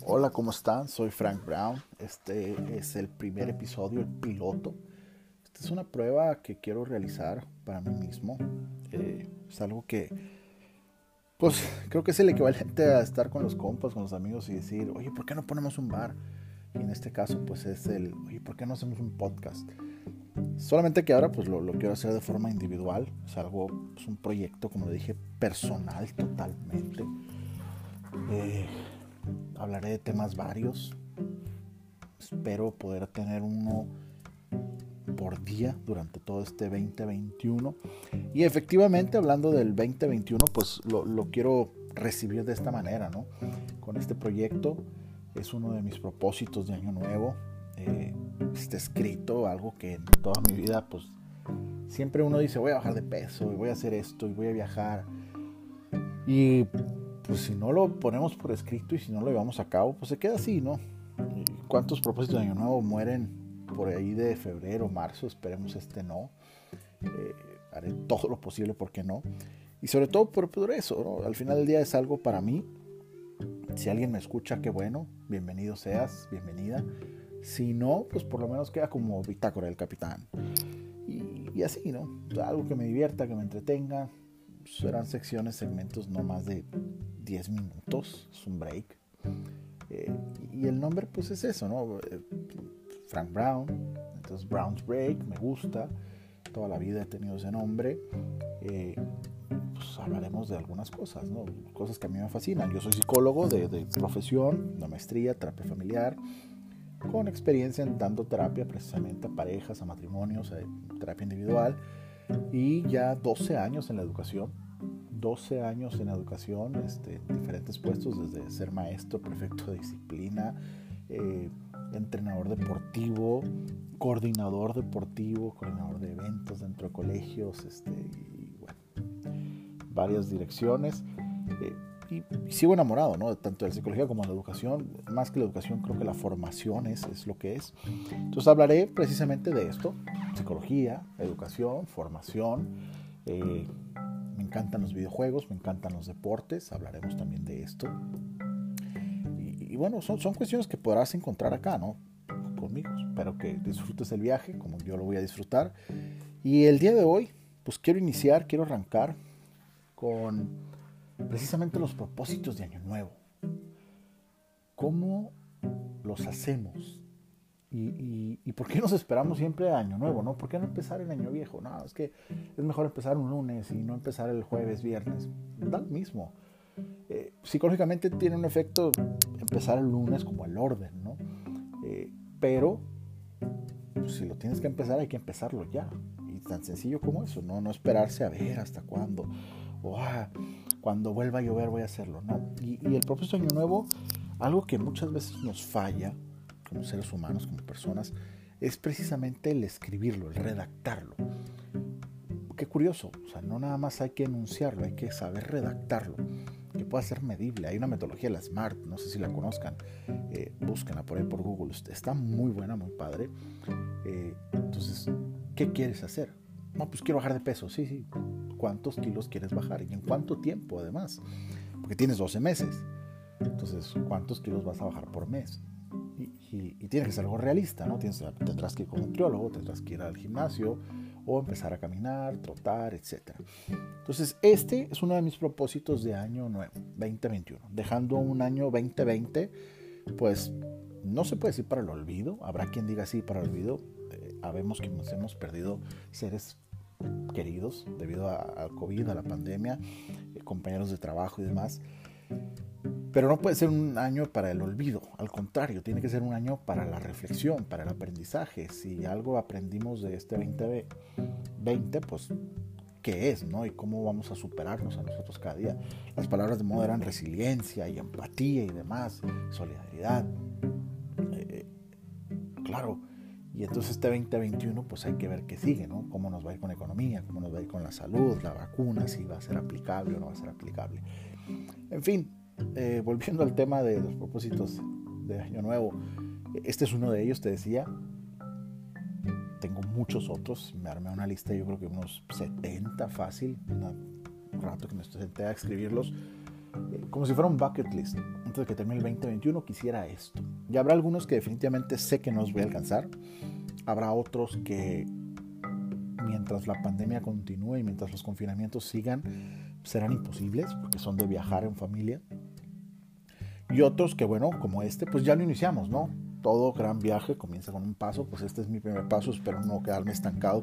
Hola, ¿cómo están? Soy Frank Brown. Este es el primer episodio, el piloto. Esta es una prueba que quiero realizar para mí mismo. Es algo que, pues, creo que es el equivalente a estar con los compas, con los amigos y decir, oye, ¿por qué no ponemos un bar? Y en este caso, pues, oye, ¿por qué no hacemos un podcast? Solamente que ahora, pues, lo quiero hacer de forma individual. Es algo, es un proyecto, como le dije, personal totalmente. Eh, Hablaré de temas varios. Espero poder tener uno por día durante todo este 2021. Y efectivamente, hablando del 2021, pues lo quiero recibir de esta manera, ¿no? Con este proyecto es uno de mis propósitos de año nuevo. Está escrito algo que en toda mi vida, pues siempre uno dice, voy a bajar de peso y voy a hacer esto y voy a viajar. Y pues si no lo ponemos por escrito y si no lo llevamos a cabo, pues se queda así, ¿no? ¿Cuántos propósitos de año nuevo mueren por ahí de febrero, marzo? Esperemos no. Haré todo lo posible porque no. Y sobre todo por eso, ¿no? Al final del día es algo para mí. Si alguien me escucha, qué bueno. Bienvenido seas, bienvenida. Si no, pues por lo menos queda como bitácora del capitán. Y así, ¿no? Algo que me divierta, que me entretenga. Serán secciones, segmentos no más de 10 minutos. Es un break. Y el nombre pues es eso, ¿no? Frank Brown. Entonces Brown's Break, me gusta. Toda la vida he tenido ese nombre. Pues hablaremos de algunas cosas, ¿no? Cosas que a mí me fascinan. Yo soy psicólogo de profesión, de maestría, terapia familiar, con experiencia en dando terapia precisamente a parejas, a matrimonios, a terapia individual, y ya 12 años en la educación. 12 años en educación, en diferentes puestos, desde ser maestro, prefecto de disciplina, entrenador deportivo, coordinador deportivo, coordinador de eventos dentro de colegios, y bueno, varias direcciones. Y sigo enamorado, ¿no? Tanto de la psicología como de la educación. Más que la educación, creo que la formación es lo que es. Entonces hablaré precisamente de esto: psicología, educación, formación. Me encantan los videojuegos, me encantan los deportes, hablaremos también de esto. Y bueno, son cuestiones que podrás encontrar acá, ¿no? Conmigo. Espero que disfrutes el viaje como yo lo voy a disfrutar. Y el día de hoy, pues quiero arrancar con precisamente los propósitos de Año Nuevo. ¿Cómo los hacemos? ¿Y por qué nos esperamos siempre a Año Nuevo, no? ¿Por qué no empezar el Año Viejo? No, es que es mejor empezar un lunes y no empezar el jueves, viernes. Da lo mismo. Psicológicamente tiene un efecto empezar el lunes como el orden, ¿no? Pero pues, si lo tienes que empezar, hay que empezarlo ya. Y tan sencillo como eso, ¿no? No esperarse a ver hasta cuándo. O cuando vuelva a llover voy a hacerlo, ¿no? Y el propósito de Año Nuevo, algo que muchas veces nos falla como seres humanos, como personas, es precisamente el escribirlo, el redactarlo. Qué curioso, o sea, no nada más hay que enunciarlo, hay que saber redactarlo, que pueda ser medible. Hay una metodología, la SMART, no sé si la conozcan, búsquenla por ahí por Google, está muy buena, muy padre. Entonces, ¿qué quieres hacer? No, pues quiero bajar de peso, sí. ¿Cuántos kilos quieres bajar? ¿Y en cuánto tiempo además? Porque tienes 12 meses. Entonces, ¿cuántos kilos vas a bajar por mes? Y tiene que ser algo realista, ¿no? Tendrás que ir con un nutriólogo, tendrás que ir al gimnasio o empezar a caminar, trotar, etc. Entonces, este es uno de mis propósitos de año nuevo, 2021. Dejando un año 2020, pues no se puede decir para el olvido. Habrá quien diga sí para el olvido. Habemos que nos hemos perdido seres queridos debido al COVID, a la pandemia, compañeros de trabajo y demás. Pero no puede ser un año para el olvido, al contrario, tiene que ser un año para la reflexión, para el aprendizaje. Si algo aprendimos de este 2020, pues qué es, ¿no? Y cómo vamos a superarnos a nosotros cada día. Las palabras de moda eran resiliencia y empatía y demás, solidaridad. Claro, y entonces este 2021 pues hay que ver qué sigue, ¿no? Cómo nos va a ir con la economía, cómo nos va a ir con la salud, la vacuna, si va a ser aplicable o no va a ser aplicable. En fin, volviendo al tema de los propósitos de Año Nuevo, este es uno de ellos, te decía. Tengo muchos otros, me armé una lista, yo creo que unos 70 fácil, un rato que me senté a escribirlos. como si fuera un bucket list. Antes de que termine el 2021 quisiera esto. Y habrá algunos que definitivamente sé que no os voy a alcanzar. Habrá otros que mientras la pandemia continúe y mientras los confinamientos sigan, serán imposibles porque son de viajar en familia. Y otros que, bueno, como este, pues ya lo iniciamos, ¿no? Todo gran viaje comienza con un paso, pues este es mi primer paso, espero no quedarme estancado.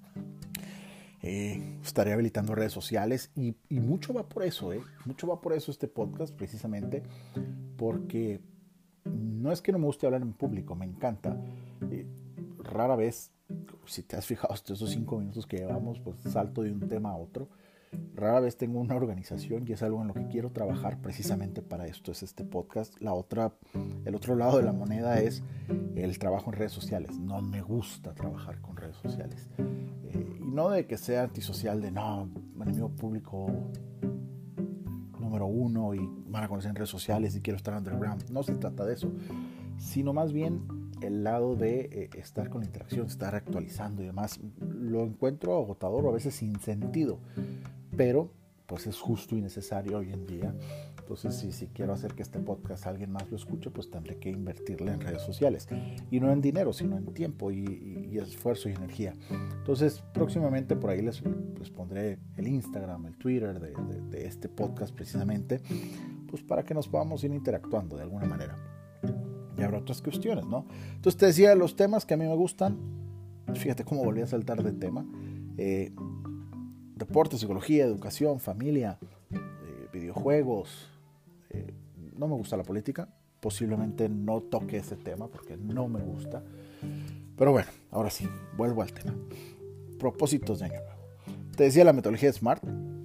Estaré habilitando redes sociales y mucho va por eso, mucho va por eso este podcast, precisamente porque no es que no me guste hablar en público, me encanta. Rara vez, si te has fijado estos 5 minutos que llevamos, pues salto de un tema a otro. Rara vez tengo una organización y es algo en lo que quiero trabajar precisamente para esto, es este podcast. El otro lado de la moneda es el trabajo en redes sociales. No me gusta trabajar con redes sociales. Y no de que sea antisocial, de no, enemigo público número 1 y van a conocer en redes sociales y quiero estar underground. No se trata de eso, sino más bien el lado de estar con la interacción, estar actualizando y demás. Lo encuentro agotador o a veces sin sentido, pero pues es justo y necesario hoy en día. Entonces si quiero hacer que este podcast alguien más lo escuche, pues tendré que invertirle en redes sociales, y no en dinero, sino en tiempo y esfuerzo y energía. Entonces próximamente por ahí les pondré el Instagram, el Twitter de este podcast precisamente, pues para que nos podamos ir interactuando de alguna manera. Y habrá otras cuestiones, ¿no? Entonces te decía los temas que a mí me gustan. Fíjate cómo volví a saltar de tema. Deporte, psicología, educación, familia, videojuegos. No me gusta la política. Posiblemente no toque ese tema porque no me gusta. Pero bueno, ahora sí, vuelvo al tema. Propósitos de año nuevo. Te decía la metodología SMART.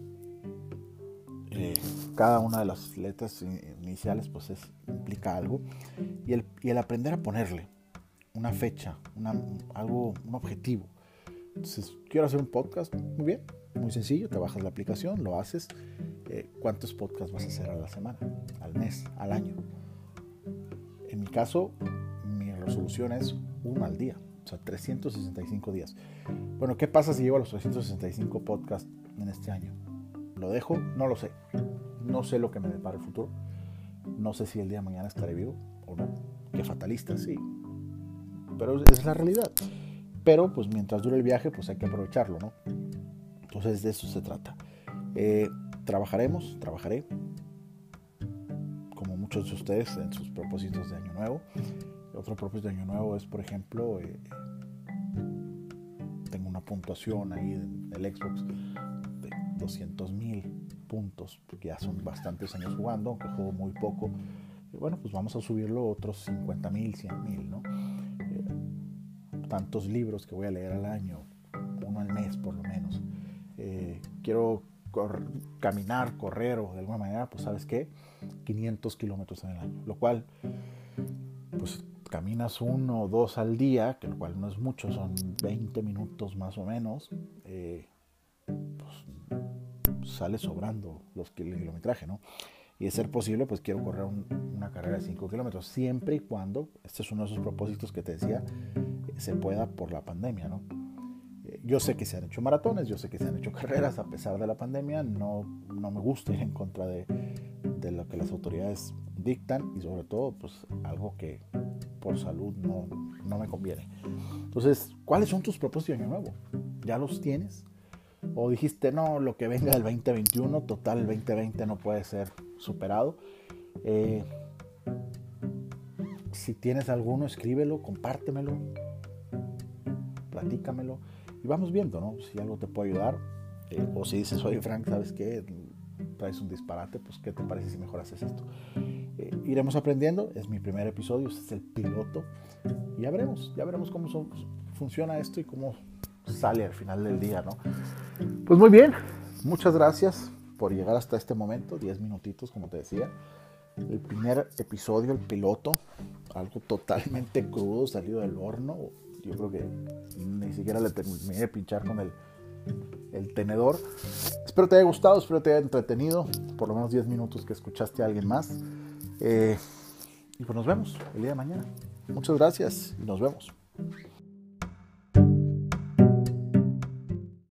Cada una de las letras iniciales pues implica algo. Y el aprender a ponerle una fecha, un objetivo. Entonces, quiero hacer un podcast. Muy bien, muy sencillo. Te bajas la aplicación, lo haces. ¿Cuántos podcasts vas a hacer a la semana, al mes, al año? En mi caso, mi resolución es 1 al día. O sea, 365 días. Bueno, ¿qué pasa si llego a los 365 podcasts en este año? ¿Lo dejo? No lo sé. No sé lo que me depara el futuro. No sé si el día de mañana estaré vivo o no. Qué fatalista, sí. Pero es la realidad. Pero pues mientras dure el viaje, pues hay que aprovecharlo, ¿no? Entonces de eso se trata. Trabajaré, como muchos de ustedes, en sus propósitos de año nuevo. Otro propósito de año nuevo es, por ejemplo, tengo una puntuación ahí en el Xbox de 200,000 puntos, porque ya son bastantes años jugando, aunque juego muy poco. Y bueno, pues vamos a subirlo otros 50,000, 100,000, ¿no? Tantos libros que voy a leer al año, uno al mes por lo menos. Quiero caminar, correr o de alguna manera, pues ¿sabes qué? 500 kilómetros en el año, lo cual, pues caminas 1 o 2 al día, que lo cual no es mucho, son 20 minutos más o menos, pues sale sobrando el kilometraje, ¿no? Y de ser posible, pues quiero correr una carrera de 5 kilómetros, siempre y cuando, este es uno de esos propósitos que te decía, se pueda por la pandemia, ¿no? Yo sé que se han hecho maratones, yo sé que se han hecho carreras a pesar de la pandemia, no me gusta ir en contra de lo que las autoridades dictan, y sobre todo, pues algo que por salud no me conviene. Entonces, ¿cuáles son tus propósitos de año nuevo? ¿Ya los tienes? ¿O dijiste, no, lo que venga del 2021, total, el 2020 no puede ser superado? Si tienes alguno, escríbelo, compártemelo, platícamelo y vamos viendo, ¿no? Si algo te puede ayudar, o si dices, oye Frank, ¿sabes qué? Traes un disparate, pues ¿qué te parece si mejor haces esto? Iremos aprendiendo, es mi primer episodio, este es el piloto, y ya veremos cómo funciona esto y cómo sale al final del día, ¿no? Pues muy bien, muchas gracias por llegar hasta este momento, 10 minutitos como te decía. El primer episodio, el piloto, algo totalmente crudo, salido del horno. Yo creo que ni siquiera le terminé de pinchar con el tenedor. Espero te haya gustado, espero te haya entretenido, por lo menos 10 minutos que escuchaste a alguien más. Y pues nos vemos el día de mañana. Muchas gracias y nos vemos.